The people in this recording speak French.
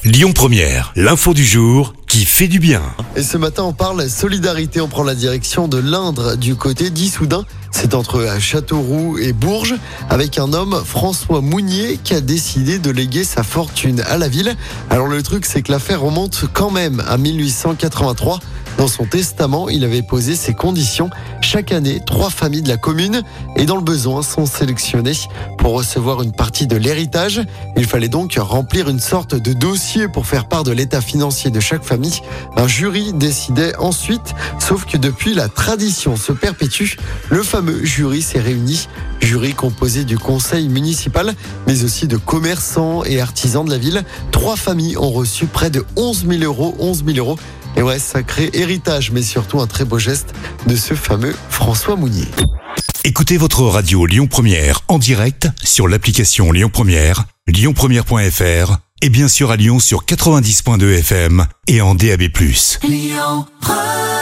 Lyon Première, l'info du jour qui fait du bien. Et ce matin, on parle solidarité. On prend la direction de l'Indre du côté d'Issoudun. C'est entre Châteauroux et Bourges, avec un homme, François Mounier, qui a décidé de léguer sa fortune à la ville. Alors le truc, c'est que l'affaire remonte quand même à 1883. Dans son testament, il avait posé ses conditions. Chaque année, 3 familles de la commune et dans le besoin sont sélectionnées pour recevoir une partie de l'héritage. Il fallait donc remplir une sorte de dossier pour faire part de l'état financier de chaque famille. Un jury décidait ensuite, sauf que depuis, la tradition se perpétue. Le fameux jury s'est réuni. Jury composé du conseil municipal, mais aussi de commerçants et artisans de la ville. 3 familles ont reçu près de 11 000 euros. Et ouais, sacré héritage, mais surtout un très beau geste de ce fameux François Mounier. Écoutez votre radio Lyon Première en direct sur l'application Lyon Première, lyonpremière.fr et bien sûr à Lyon sur 90.2 FM et en DAB+. Lyon Première.